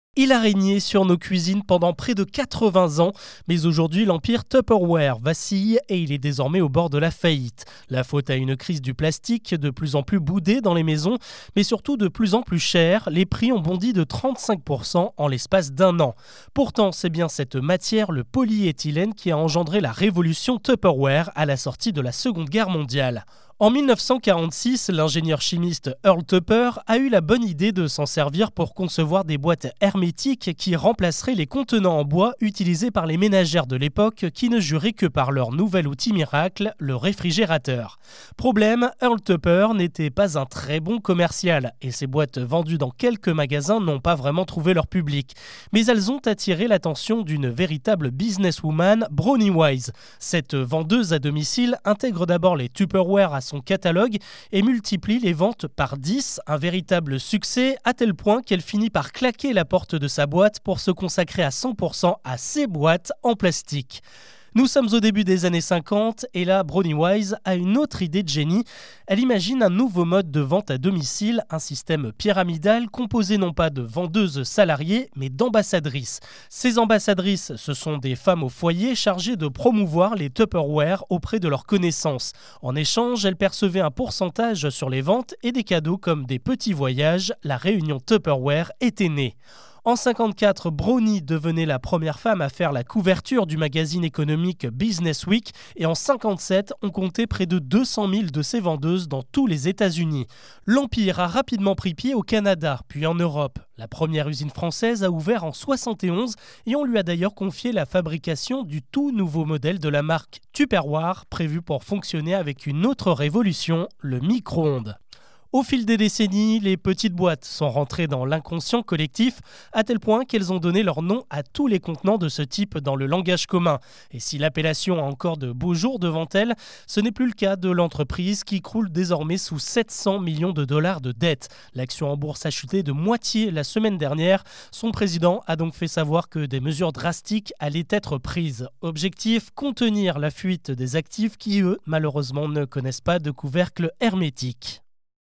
Il a régné sur nos cuisines pendant près de 80 ans, mais aujourd'hui l'empire Tupperware vacille et il est désormais au bord de la faillite. La faute à une crise du plastique de plus en plus boudée dans les maisons, mais surtout de plus en plus cher. Les prix ont bondi de 35% en l'espace d'un an. Pourtant, c'est bien cette matière, le polyéthylène, qui a engendré la révolution Tupperware à la sortie de la Seconde Guerre mondiale. En 1946, l'ingénieur chimiste Earl Tupper a eu la bonne idée de s'en servir pour concevoir des boîtes hermétiques qui remplaceraient les contenants en bois utilisés par les ménagères de l'époque qui ne juraient que par leur nouvel outil miracle, le réfrigérateur. Problème, Earl Tupper n'était pas un très bon commercial et ces boîtes vendues dans quelques magasins n'ont pas vraiment trouvé leur public. Mais elles ont attiré l'attention d'une véritable businesswoman, Bronnie Wise. Cette vendeuse à domicile intègre d'abord les Tupperware à son catalogue et multiplie les ventes par 10, un véritable succès à tel point qu'elle finit par claquer la porte de sa boîte pour se consacrer à 100% à ses boîtes en plastique. Nous sommes au début des années 50 et là, Bronnie Wise a une autre idée de génie. Elle imagine un nouveau mode de vente à domicile, un système pyramidal composé non pas de vendeuses salariées, mais d'ambassadrices. Ces ambassadrices, ce sont des femmes au foyer chargées de promouvoir les Tupperware auprès de leurs connaissances. En échange, elles percevaient un pourcentage sur les ventes et des cadeaux comme des petits voyages. La réunion Tupperware était née. En 1954, Bronnie devenait la première femme à faire la couverture du magazine économique Business Week et en 1957, on comptait près de 200 000 de ces vendeuses dans tous les États-Unis. L'empire a rapidement pris pied au Canada, puis en Europe. La première usine française a ouvert en 1971 et on lui a d'ailleurs confié la fabrication du tout nouveau modèle de la marque Tupperware, prévu pour fonctionner avec une autre révolution, le micro-ondes. Au fil des décennies, les petites boîtes sont rentrées dans l'inconscient collectif à tel point qu'elles ont donné leur nom à tous les contenants de ce type dans le langage commun. Et si l'appellation a encore de beaux jours devant elle, ce n'est plus le cas de l'entreprise qui croule désormais sous 700 millions de dollars de dettes. L'action en bourse a chuté de moitié la semaine dernière. Son président a donc fait savoir que des mesures drastiques allaient être prises. Objectif, contenir la fuite des actifs qui, eux, malheureusement, ne connaissent pas de couvercle hermétique.